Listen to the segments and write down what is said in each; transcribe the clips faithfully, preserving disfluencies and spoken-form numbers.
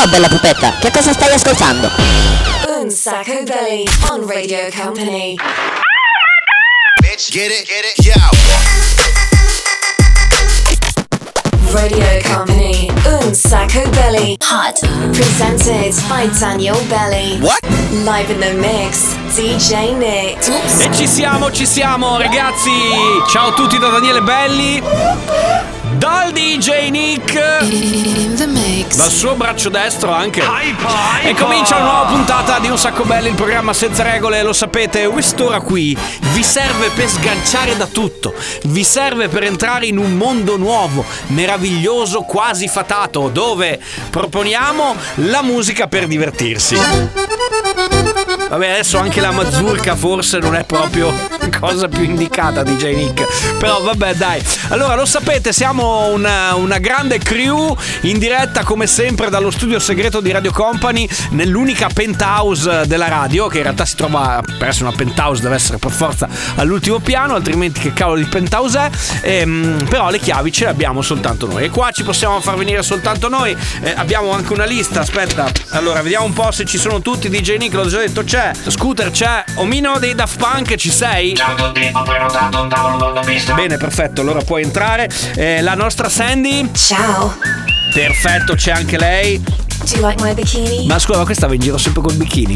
Ciao bella pupetta, che cosa stai ascoltando? Un Sacco Belly on Radio Company. Bitch, get it, get it, yo. Radio Company, Un Sacco Belly. Hot. Presented by Daniel Belly. What? Live in the mix, D J Nick. E ci siamo, ci siamo ragazzi. Ciao a tutti da Daniele Belli, dal D J Nick, In the mix. dal suo braccio destro anche. E comincia una nuova puntata di Un Sacco Belli, il programma senza regole, lo sapete. Quest'ora qui vi serve per sganciare da tutto, vi serve per entrare in un mondo nuovo, meraviglioso, quasi fatato, dove proponiamo la musica per divertirsi. Vabbè, adesso anche la mazurka forse non è proprio cosa più indicata, D J Nick. Però vabbè, dai. Allora, lo sapete, siamo una, una grande crew in diretta come sempre dallo studio segreto di Radio Company, nell'unica penthouse della radio, che in realtà si trova, per essere una penthouse deve essere per forza all'ultimo piano, altrimenti che cavolo di penthouse è? Ehm, però le chiavi ce le abbiamo soltanto noi. E qua ci possiamo far venire soltanto noi. Eh, abbiamo anche una lista, aspetta. Allora, vediamo un po' se ci sono tutti. D J Nick, l'ho già detto, c'è. Scooter c'è. Omino dei Daft Punk, ci sei? Ciao a tutti, ho prenotato un tavolo molto visto. Bene, perfetto, allora puoi entrare. Eh, la nostra Sandy? Ciao. Perfetto, c'è anche lei. Do you like my bikini? Ma scusa, ma questa va in giro sempre col bikini?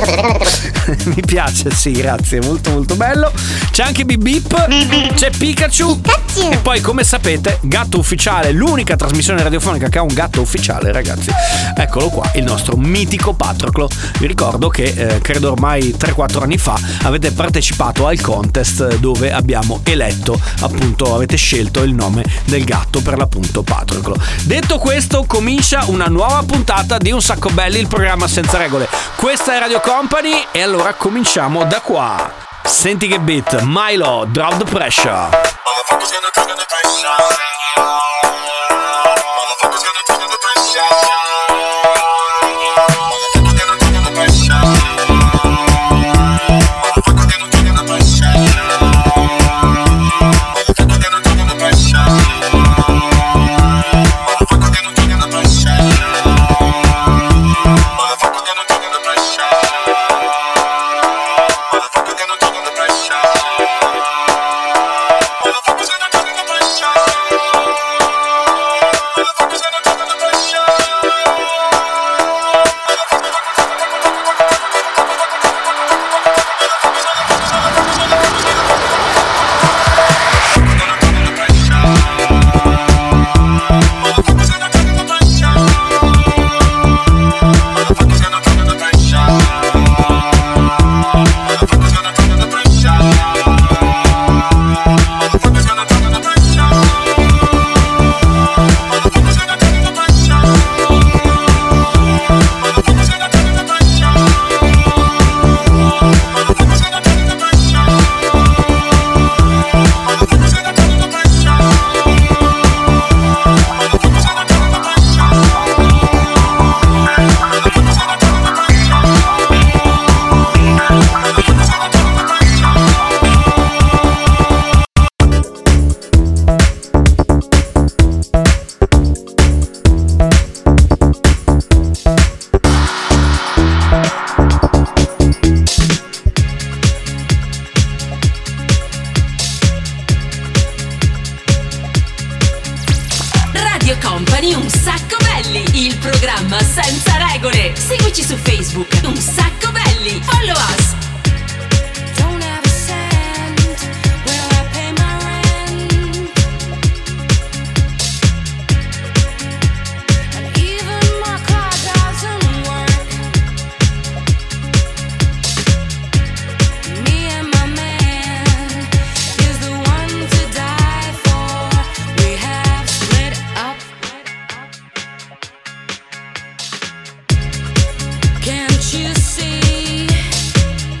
Mi piace, sì, grazie, molto molto bello. C'è anche Bip Bip, c'è Pikachu. E poi, come sapete, Gatto Ufficiale, l'unica trasmissione radiofonica che ha un gatto ufficiale, ragazzi. Eccolo qua, il nostro mitico Patroclo. Vi ricordo che eh, credo ormai tre quattro anni fa avete partecipato al contest dove abbiamo eletto, appunto, avete scelto il nome del gatto, per l'appunto Patroclo. Detto questo, comincia una nuova puntata di Un Sacco Belli, il programma senza regole. Questa è Radio Company e allora cominciamo da qua. Senti che beat, Milo, Drop the Pressure. Motherfuckers gonna turn under pressure. Motherfuckers gonna turn under pressure. Motherfuckers gonna turn under pressure. Motherfuckers gonna turn under pressure. Motherfuckers gonna turn under pressure. Motherfuckers gonna turn under pressure. Motherfuckers gonna turn under pressure. Motherfuckers gonna turn under pressure. Motherfuckers gonna turn under pressure. Motherfuckers gonna turn under pressure. Company Un Sacco Belli, il programma senza regole. Seguici su Facebook, Un Sacco Belli. Follow us. Don't have a cent. Will I pay my rent? And even my car doesn't work. Me and my man is the one to die for. We have split up. Can't you see?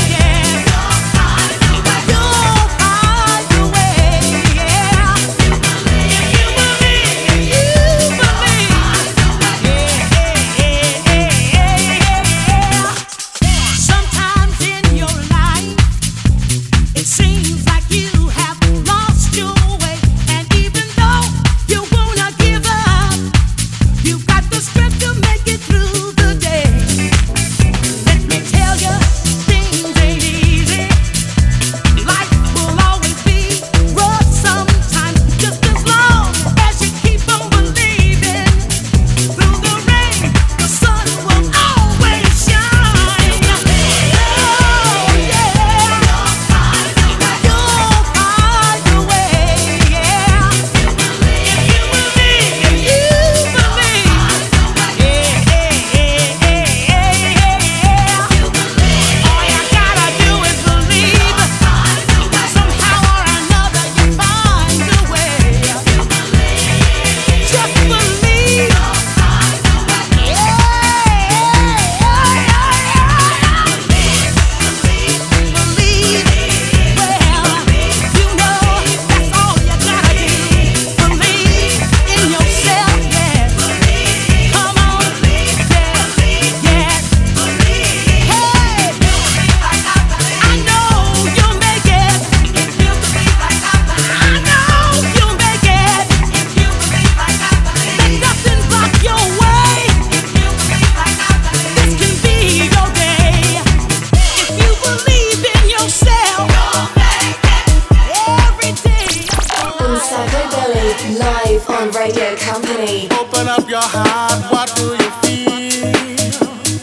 Radio Company. Open up your heart, what do you feel?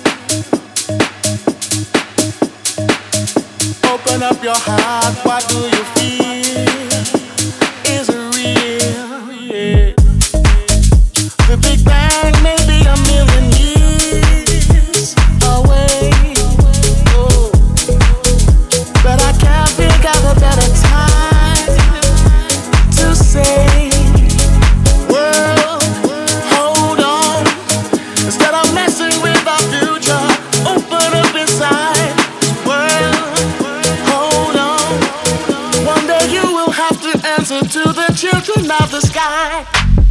Open up your heart, what do you feel? Is it real? Yeah. The Big Bang may be a million years away, oh, but I can't think of a better time to say, world, hold on. Instead of messing with our future, open up inside. World, hold on. One day you will have to answer to the children of the sky.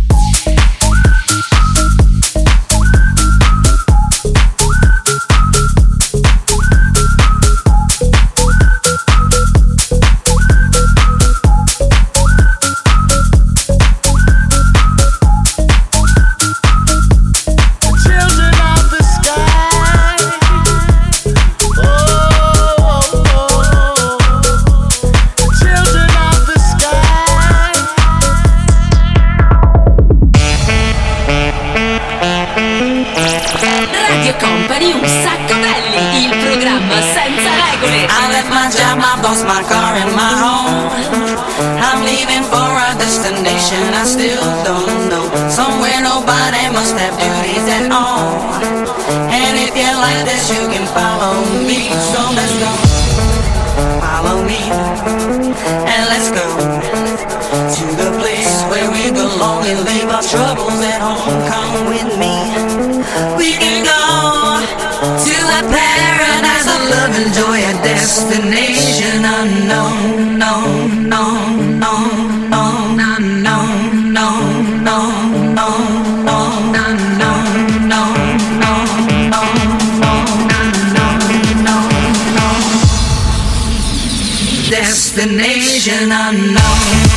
Company, un sacco belli, il programma senza regole. I left my job, my boss, my car and my home. I'm leaving for a destination I still don't know. Somewhere nobody must have duties at all. And if you like this, you can follow me. So let's go, follow me, and let's go to the place where we belong and leave our troubles at home. Come with me. We can go to a paradise of love and joy, a destination unknown, no, no, no, no, no, no, no, no, no, destination unknown.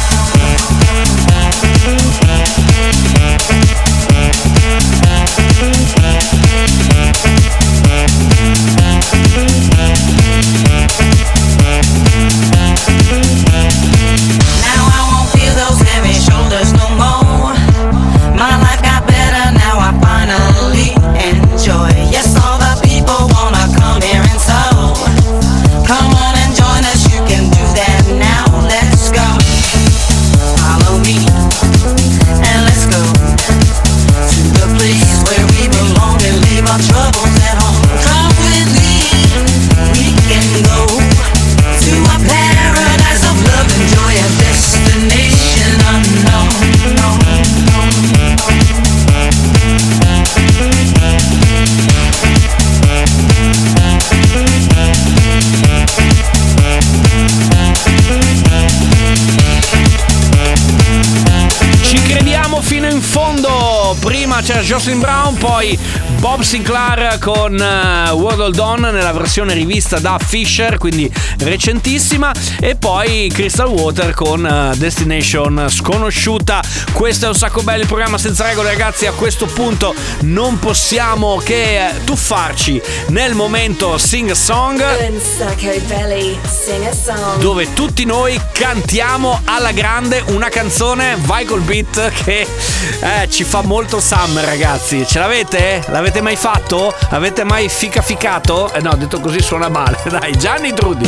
C'era Jocelyn Brown, poi Bob Sinclair con uh, World Hold On nella versione rivista da Fisher, quindi recentissima, e poi Crystal Water con uh, Destination Sconosciuta. Questo è Un Sacco Belli, il programma senza regole, ragazzi. A questo punto non possiamo che tuffarci nel momento Sing a Song, Un Sacco Belli, Sing a Song, dove tutti noi cantiamo alla grande una canzone, vai col beat, che eh, ci fa molto summer, ragazzi. Ce l'avete? L'avete mai fatto? Avete mai fica ficato? Eh no, detto così suona male. Dai, Gianni Trudi.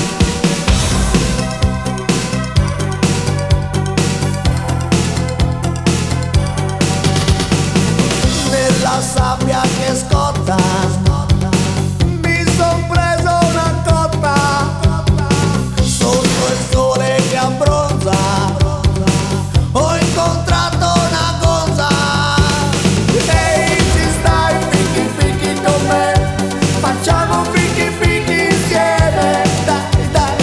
Nella sabbia che scotta mi son preso una cotta, sotto il sole che abbronza ho incontrato una gonza. Ehi, ci stai fichi fichi con me, facciamo fichi fichi insieme, dai dai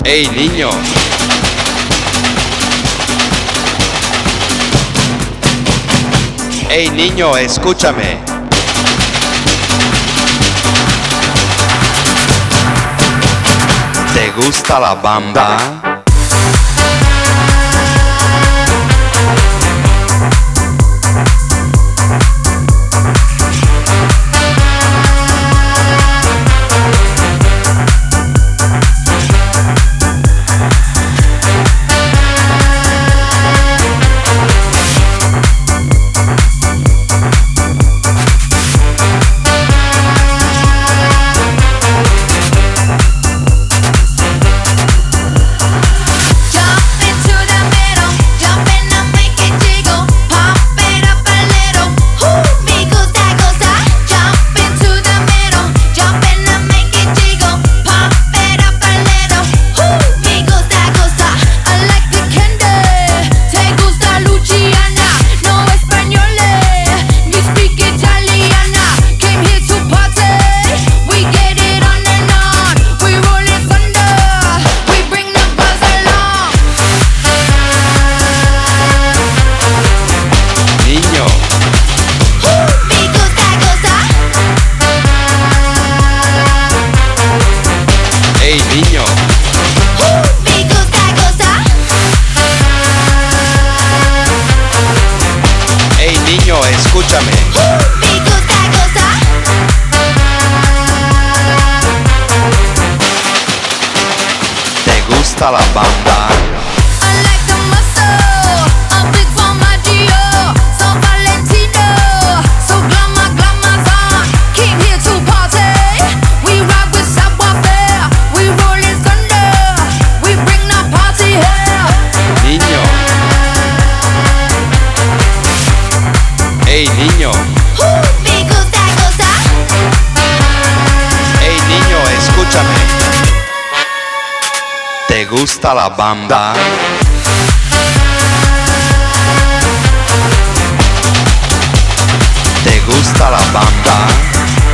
Hey niño. Hey niño, escúchame. ¿Te gusta la bamba? La banda. I like the muscle, a big formaggio, so Valentino, so glamour, glamour's on. Came here to party, we rock with savoir-faire, we roll in thunder, we bring the party here. Niño. Hey niño. Uh, me gusta, gusta. Hey niño, escúchame. ¿Te gusta la bamba? ¿Te gusta la bamba?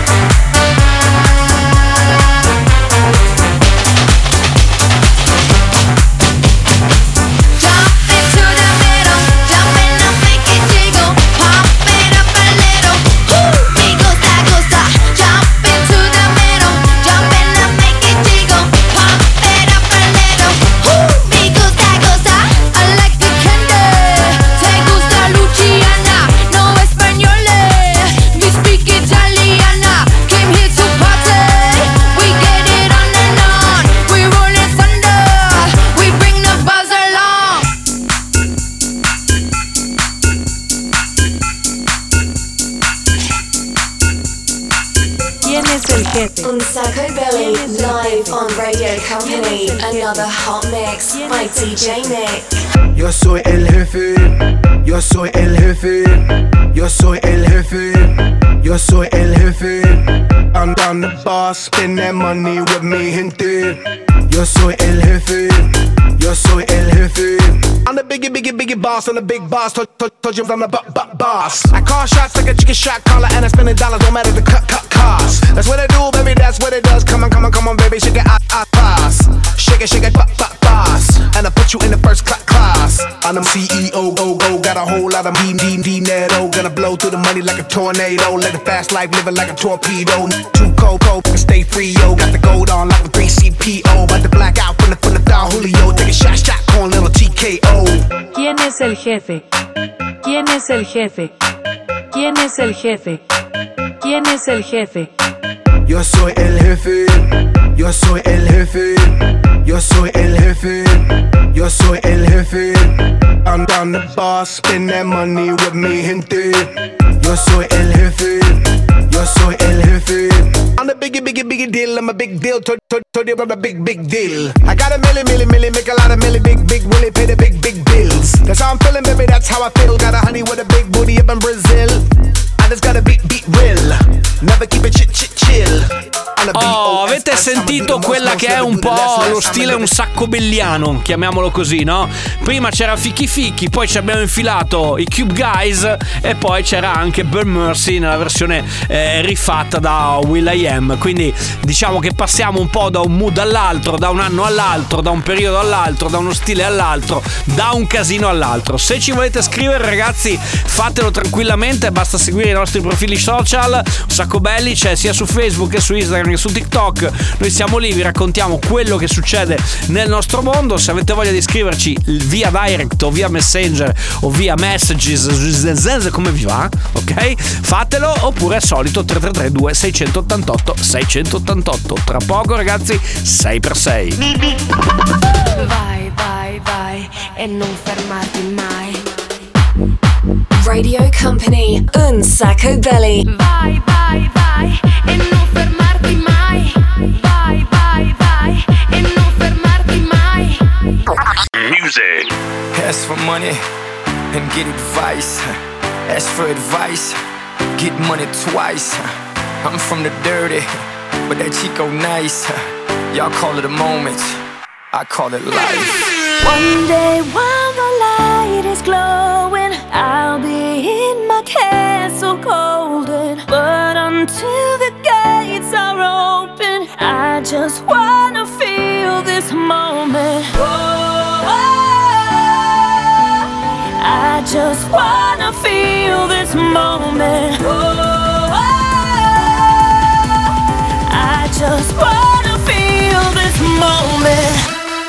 On Sacco Belly, live on Radio Company. Another hot mix by D J Nick. Yo soy el jefe, yo soy el jefe, yo soy el jefe, yo soy el jefe. I'm down the boss, spend that money with me, gente. Yo soy el jefe, yo soy el jefe. I'm the biggie, biggie, biggie boss, I'm the big boss. Told, told, told you I'm the b- b- boss. I call shots like a chicken shot caller, and I spend the dollars, no matter the cut, cut cost. That's what I do, baby, that's what it does. Come on, come on, come on, baby, shake it, ah, ah, boss. Shake it, shake it, b- b- boss. And I put you in the first cl- class. I'm the C E O, go, go, got a whole lot of D, D, D, netto. Gonna blow through the money like a tornado. Live a fast life, living like a torpedo. Too cold, cold, stay free, yo. Got the gold on like a three C P O. About to black out from the, from the Don Julio. Take a shot, shot, corn, little T K O. ¿Quién es el jefe? ¿Quién es el jefe? ¿Quién es el jefe? ¿Quién es el jefe? Yo soy el jefe, yo soy el jefe, yo soy el jefe, yo soy el jefe. I'm down the boss, spend that money with me, gente. Yo soy el jefe, yo soy el jefe. I'm the biggie, biggie, biggie deal, I'm a big deal, told, told, told you I'm a big, big deal. I got a milli, milli, milli, make a lot of milli, big, big willy, pay the big, big bills. That's how I'm feeling, baby, that's how I feel. Got a honey with a big booty up in Brazil. I just gotta beat, beat real. Never keep it chit, chit, chill. Oh, avete avete sentito quella che è un po' lo stile un saccobelliano, chiamiamolo così, no? Prima c'era Fichi Fichi, poi ci abbiamo infilato i Cube Guys e poi c'era anche Burn Mercy nella versione eh, rifatta da will.i.am. Quindi diciamo che passiamo un po' da un mood all'altro, da un anno all'altro, da un periodo all'altro, da uno stile all'altro, da un casino all'altro. Se ci volete scrivere, ragazzi, fatelo tranquillamente, basta seguire i nostri profili social. Un sacco belli c'è sia su Facebook che su Instagram che su TikTok. Noi siamo lì, vi raccontiamo quello che succede nel nostro mondo. Se avete voglia di scriverci via direct o via messenger o via messages, come vi va, ok? Fatelo, oppure al solito tre tre tre due sei otto otto sei otto otto. Tra poco, ragazzi, sei per sei. Vai, vai, vai e non fermarti mai. Radio Company, un sacco belli. Vai, vai, vai e non fermarti mai. Vai, vai, vai e non fermarti mai. Music. Ask for money and get advice. Ask for advice, get money twice. I'm from the dirty, but that Chico nice. Y'all call it a moment, I call it life. One day while the light is glowing, I'll be in my castle golden. But until the gates are open, I just wanna feel this moment. Oh, I just wanna feel this moment. Oh, I just wanna feel this moment.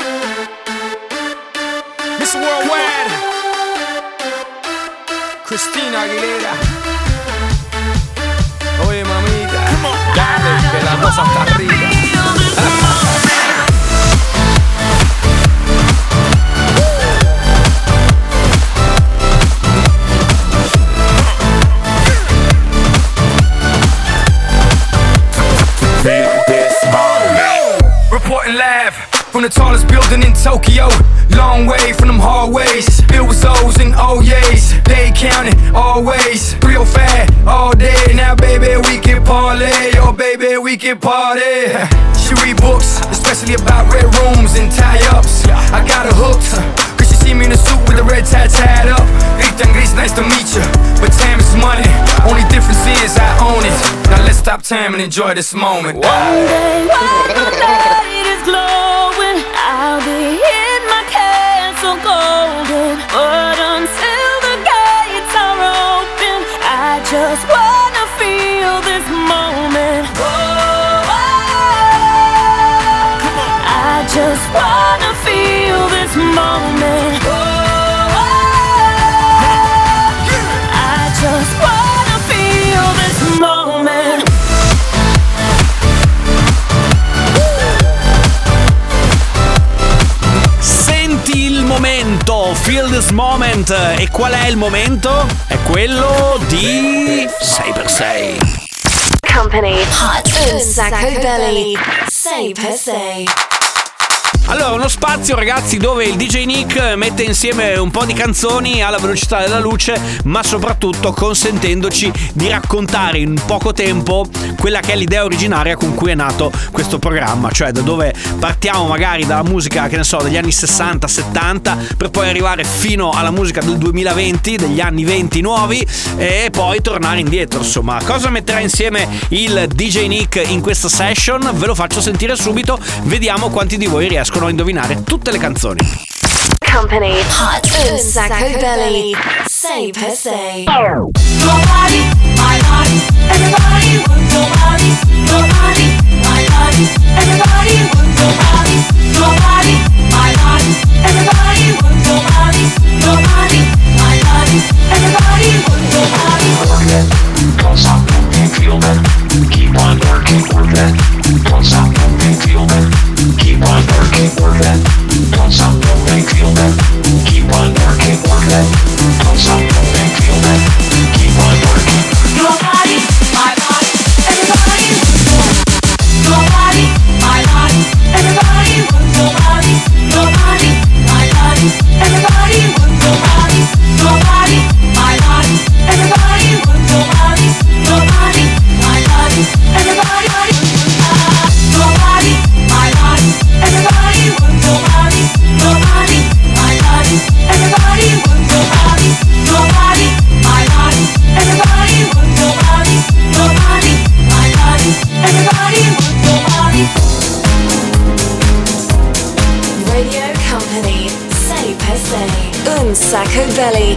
Miss Worldwide, Christina Aguilera. Oye, mamita, dale, que la cosa está arriba. Reporting live from the tallest building in Tokyo. Long way from them hallways. Bill was O's and oh yeas. They counting always. three oh five all day. Now baby we can parlay. Oh baby we can party. She read books, especially about red rooms and tie-ups. I got her hooked, cause she see me in a suit with a red tie tied up. Rita and Gris, nice to meet you, but time is money. Only difference is I own it. Now let's stop time and enjoy this moment. One day while the light is glowing, I'll be in my castle golden. But until the gates are open, I just wanna feel this moment. Oh, I just wanna feel this moment. Oh, I just wanna feel this moment. Senti il momento, feel this moment. E qual è il momento? È quello di sei per sei. Company, hot, un sacco belli, sei per sei. Allora, uno spazio, ragazzi, dove il D J Nick mette insieme un po' di canzoni alla velocità della luce, ma soprattutto consentendoci di raccontare in poco tempo quella che è l'idea originaria con cui è nato questo programma, cioè da dove partiamo magari dalla musica, che ne so, degli anni sessanta settanta, per poi arrivare fino alla musica del duemilaventi, degli anni venti nuovi, e poi tornare indietro. Insomma, cosa metterà insieme il D J Nick in questa session? Ve lo faccio sentire subito, vediamo quanti di voi riescono a indovinare tutte le canzoni. Company, hot, un sacco belli, sei per sei. Your body, my body, everybody wants your body. Your body, my body, everybody wants your body. Your body, my body, everybody wants your body. Your body, my body, everybody wants your body. Work it, don't stop moving, feel that. Keep on working, work that. Don't stop moving, feel that. Keep on working, work that. Don't stop moving, feel that. Keep on working, work that. Don't stop moving, feel that. Keep on working. Your body, my body, everybody wants your body. Your body, my body, everybody wants your body. Radio Company, sei per sei, un sacco belli.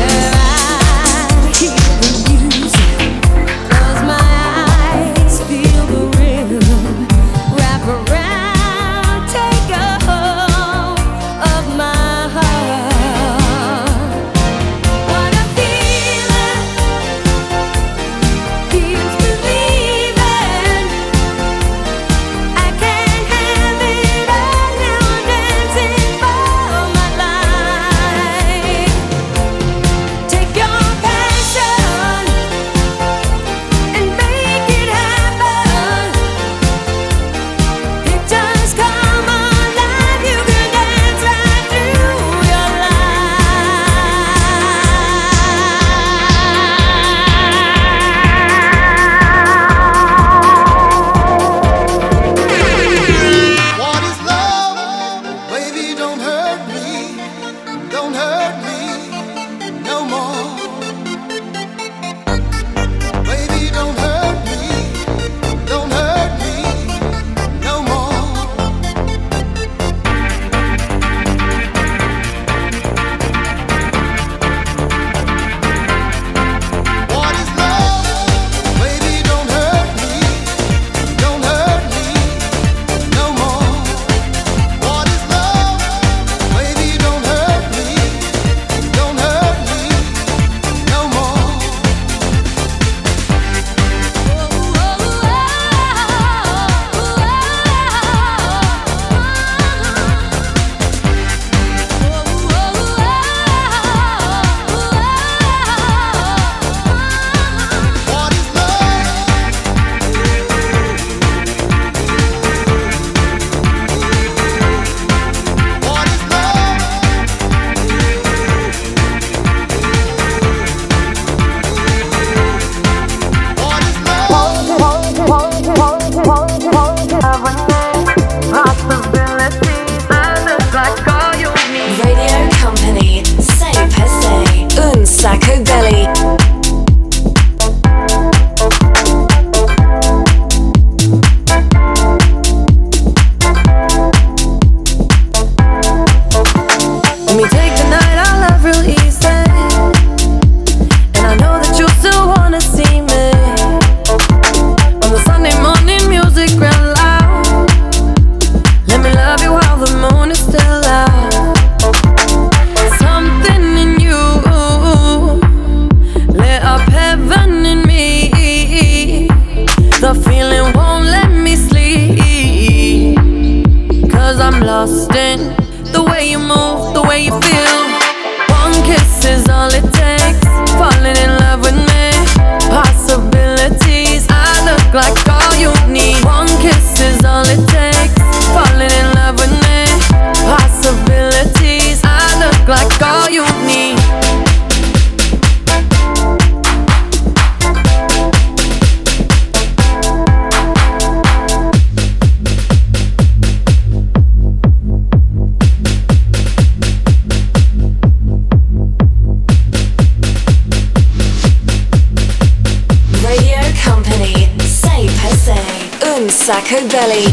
Sacco Belly.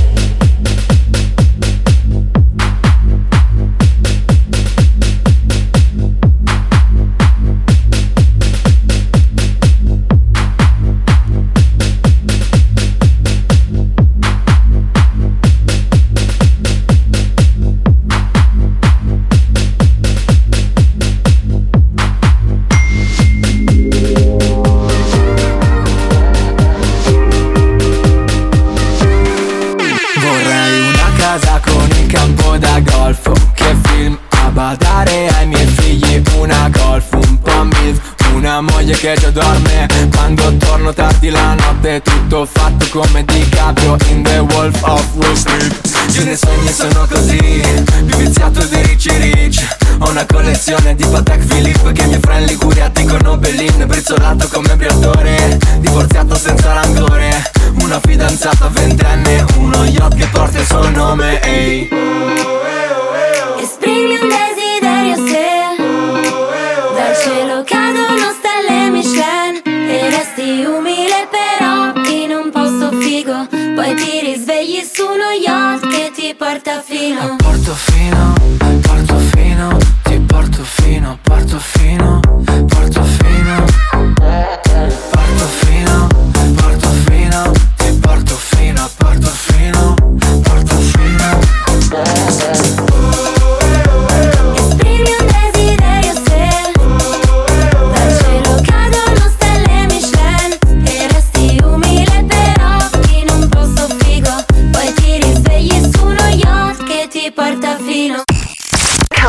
Che già dorme quando torno tardi la notte, tutto fatto come DiCaprio in The Wolf of Wall Street. Io nei sogni sono così, più viziato dei ricci rich. Ho una collezione di Patek Philippe che i miei friend Liguria dicono Bellin. Brizzolato come briatore, divorziato senza rancore. Una fidanzata ventenne, uno yacht che porta il suo nome. Ehi, esprimi un desiderio se dal cielo cadono stelle Michelin e resti umile però in un posto figo. Poi ti risvegli su uno yacht che ti porta fino a Portofino.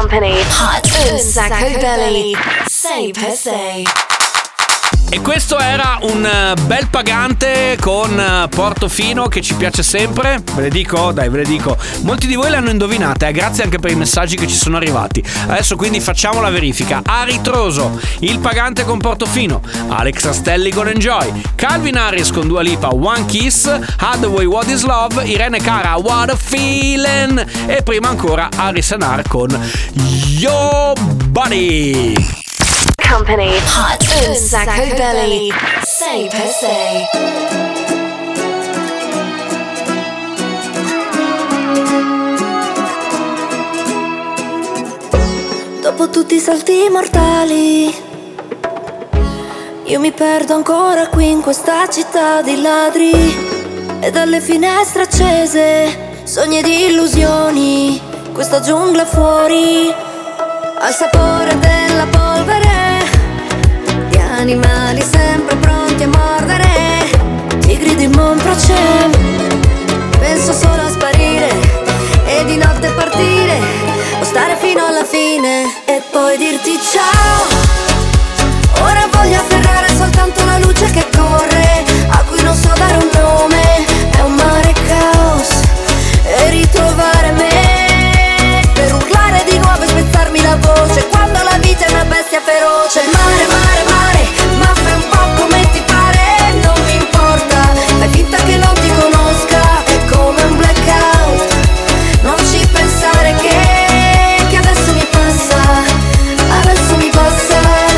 Company. Hot un sacco belly. Sei per sei. E questo era un eh, bel pagante con eh, Portofino che ci piace sempre. Ve le dico? Dai, ve le dico. Molti di voi l'hanno indovinata, eh? Grazie anche per i messaggi che ci sono arrivati. Adesso quindi facciamo la verifica. A ritroso, il pagante con Portofino, Alex Rastelli con Enjoy, Calvin Harris con Dua Lipa, One Kiss, Hathaway What Is Love, Irene Cara What a Feeling e prima ancora Harris Anar con Yo Buddy. Company. Hot un sacco belly. Sei per sei. Dopo tutti i salti mortali, io mi perdo ancora qui in questa città di ladri. E dalle finestre accese, sogni di illusioni, questa giungla fuori, al sapore della polvere, di animali sempre pronti a mordere, tigri di Monprocem. Penso solo a sparire e di notte partire, o stare fino alla fine e poi dirti ciao. Ora voglio afferrare soltanto la luce che corre, a cui non so dare un nome, è un mare caos, e ritrovare me per urlare di nuovo e spezzarmi la voce quando la vita è una bestia feroce. Mare, mare, mare, ma fai un po' come ti pare, non mi importa, fai finta che non ti conosca, è come un blackout, non ci pensare che, che adesso mi passa, adesso mi passa.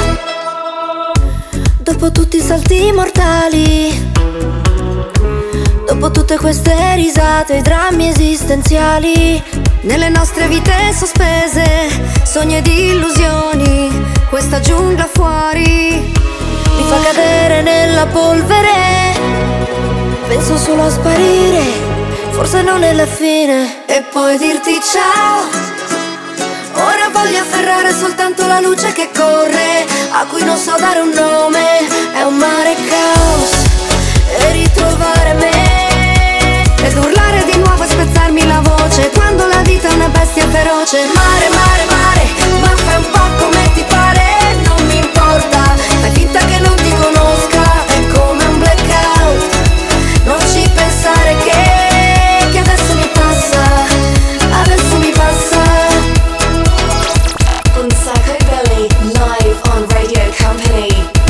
Dopo tutti i salti mortali, dopo tutte queste risate, i drammi esistenziali, nelle nostre vite sospese, sogni ed illusioni, questa giungla fuori mi fa cadere nella polvere. Penso solo a sparire, forse non è la fine, e poi dirti ciao. Ora voglio afferrare soltanto la luce che corre, a cui non so dare un nome, è un mare caos, e ritrovare me ed urlare di nuovo e spezzarmi la voce quando la vita è una bestia feroce. Mare, mare, mare, ma fai un po' come ti pare, non mi importa, fai finta che non ti conosca, è come un blackout, non ci pensare che, che adesso mi passa, adesso mi passa. Un sacco belly live on Radio Company.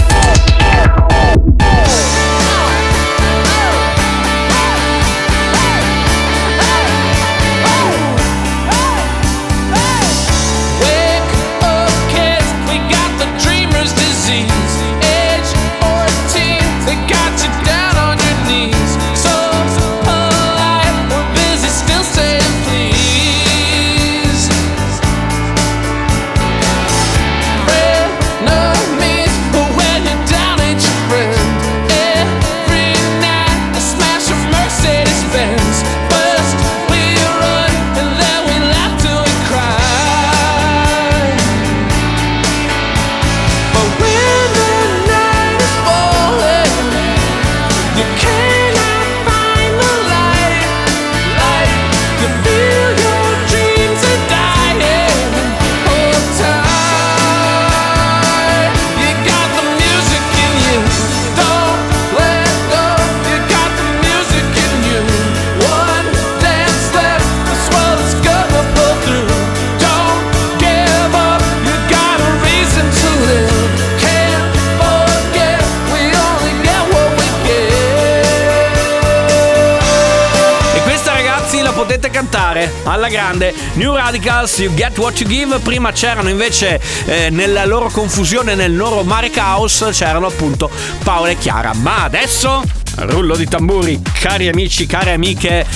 Cantare alla grande New Radicals, You Get What You Give. Prima c'erano invece eh, nella loro confusione, nel loro mare caos, c'erano appunto Paola e Chiara. Ma adesso rullo di tamburi, cari amici, care amiche,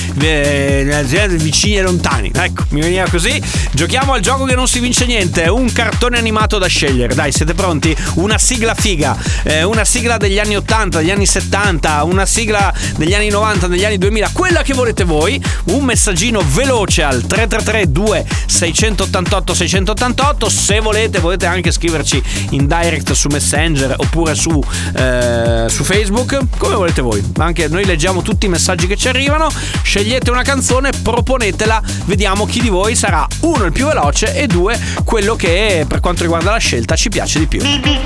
eh, vicini e lontani. Ecco, mi veniva così. Giochiamo al gioco che non si vince niente. Un cartone animato da scegliere. Dai, siete pronti? Una sigla figa, eh, una sigla degli anni ottanta, degli anni settanta, una sigla degli anni novanta, degli anni duemila, quella che volete voi. Un messaggino veloce al tre tre tre due sei otto otto sei otto otto. Se volete potete anche scriverci in direct su Messenger oppure su, eh, su Facebook, come volete voi. voi. Anche noi leggiamo tutti i messaggi che ci arrivano. Scegliete una canzone, proponetela, vediamo chi di voi sarà uno il più veloce e due quello che per quanto riguarda la scelta ci piace di più.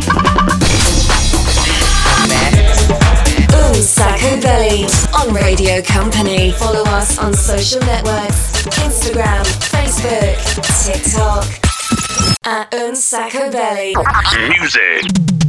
Un Sacco Belly on Radio Company. Follow us on social networks, Instagram, Facebook, TikTok at Un Sacco Belly. Music.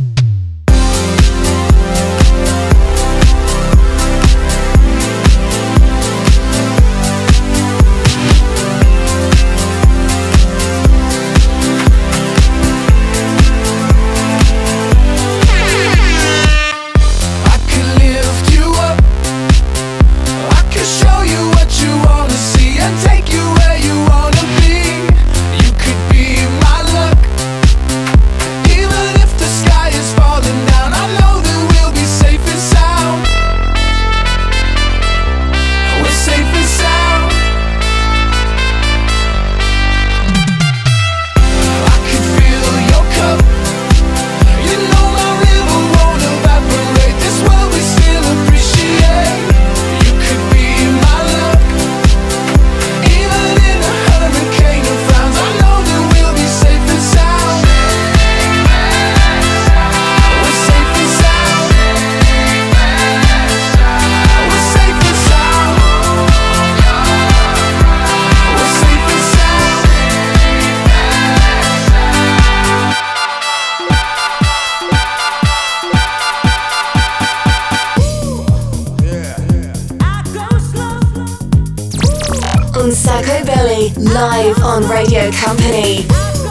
Un Sacco Belly live on Radio Company.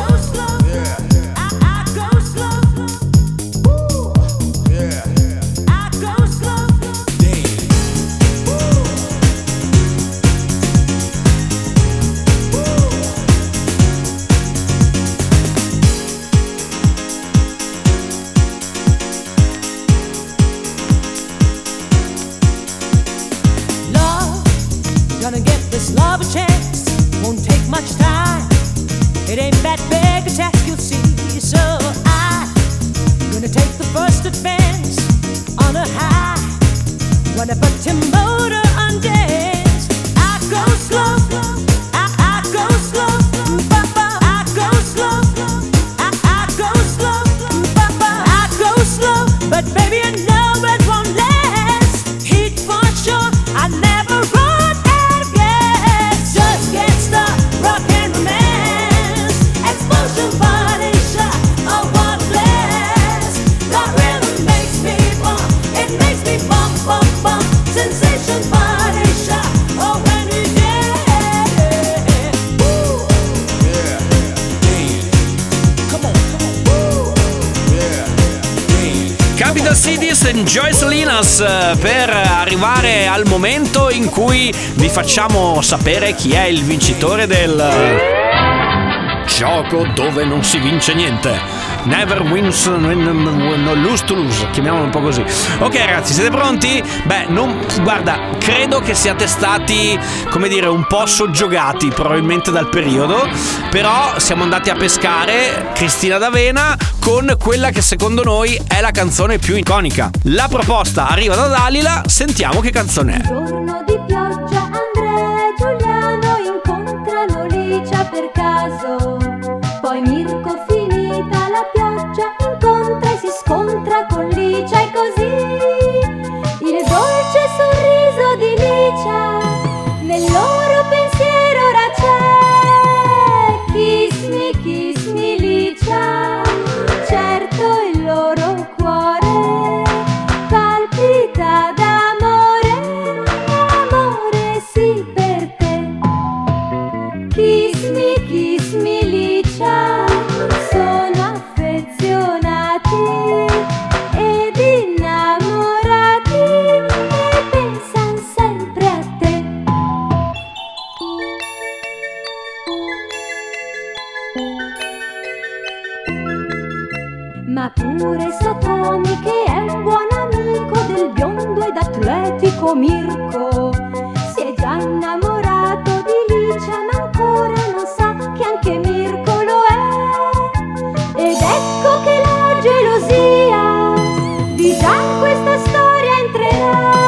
Gonna give this love a chance, won't take much time. It ain't that big a task, you'll see. So I'm gonna take the first advance on a high. Wanna put your motor on dance. I go slow, I, I go slow, ba-ba. I go slow, I, I go slow, ba-ba. I go slow, but baby I know it won't last. Heat for sure, I never run. Capital Cities e Joyce Linas per arrivare al momento in cui vi facciamo sapere chi è il vincitore del gioco dove non si vince niente. Never wins, no lose to lose, chiamiamolo un po' così. Ok ragazzi, siete pronti? Beh, non, guarda, credo che siate stati, come dire, un po' soggiogati probabilmente dal periodo. Però siamo andati a pescare Cristina D'Avena con quella che secondo noi è la canzone più iconica. La proposta arriva da Dalila, sentiamo che canzone è. Giorno di pioggia, Andrea e Giuliano incontrano Licia per caso. Poi Mirko, finita la pioggia, incontra e si scontra con Licia e così il dolce sorriso di Licia nel loro pensiero ora c'è. Kiss me, kiss me Licia, certo il loro cuore palpita d'amore, amore sì per te. Kiss me, kiss me Licia, sono affezionati ed innamorati e pensan sempre a te. Ma pure Satomi, che è un buon amico del biondo ed atletico Mirko, si è già innamorato di Licia, ma ancora non sa che anche Mirko lo è. Ed ecco che la gelosia di già in questa storia entrerà.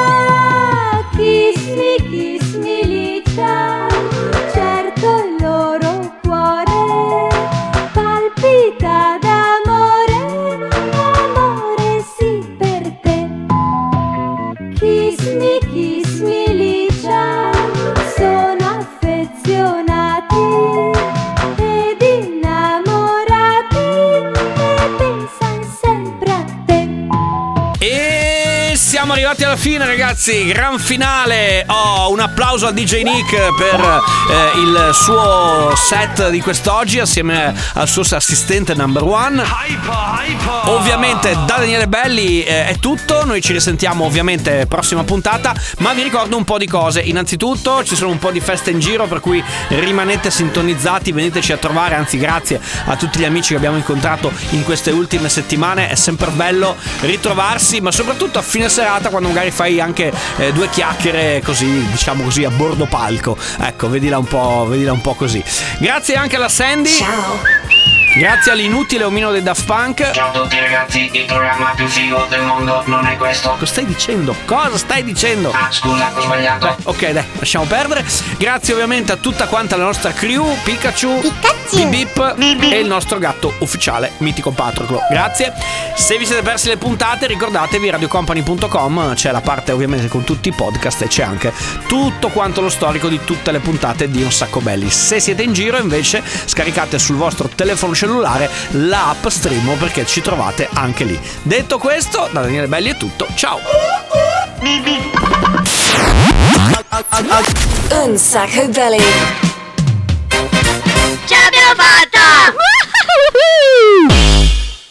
arrivati alla fine, ragazzi, gran finale. Oh, un applauso a D J Nick per eh, il suo set di quest'oggi assieme al suo assistente number one. Ovviamente da Daniele Belli eh, è tutto. Noi ci risentiamo ovviamente prossima puntata, ma vi ricordo un po' di cose. Innanzitutto ci sono un po' di feste in giro, per cui rimanete sintonizzati, veniteci a trovare. Anzi, grazie a tutti gli amici che abbiamo incontrato in queste ultime settimane. È sempre bello ritrovarsi, ma soprattutto a fine serata, quando magari fai anche eh, due chiacchiere così, diciamo così, a bordo palco. Ecco, vedila un po', vedila un po' così. Grazie anche alla Sandy. Ciao. Grazie all'inutile omino dei Daft Punk. Ciao a tutti ragazzi, il programma più figo del mondo non è questo. Cosa stai dicendo? Cosa stai dicendo? Ah, scusa, ho sbagliato. Beh, ok, dai, lasciamo perdere. Grazie ovviamente a tutta quanta la nostra crew, Pikachu, Pikachu. Bip Bip e il nostro gatto ufficiale, mitico Patroclo. Grazie. Se vi siete persi le puntate, ricordatevi radiocompany punto com, c'è la parte ovviamente con tutti i podcast e c'è anche tutto quanto lo storico di tutte le puntate di Un Sacco Belli. Se siete in giro invece scaricate sul vostro telefono cellulare la app Streamo, perché ci trovate anche lì. Detto questo, da Daniele Belli è tutto. Ciao. Un Sacco Belli. Ce l'abbiamo fatta!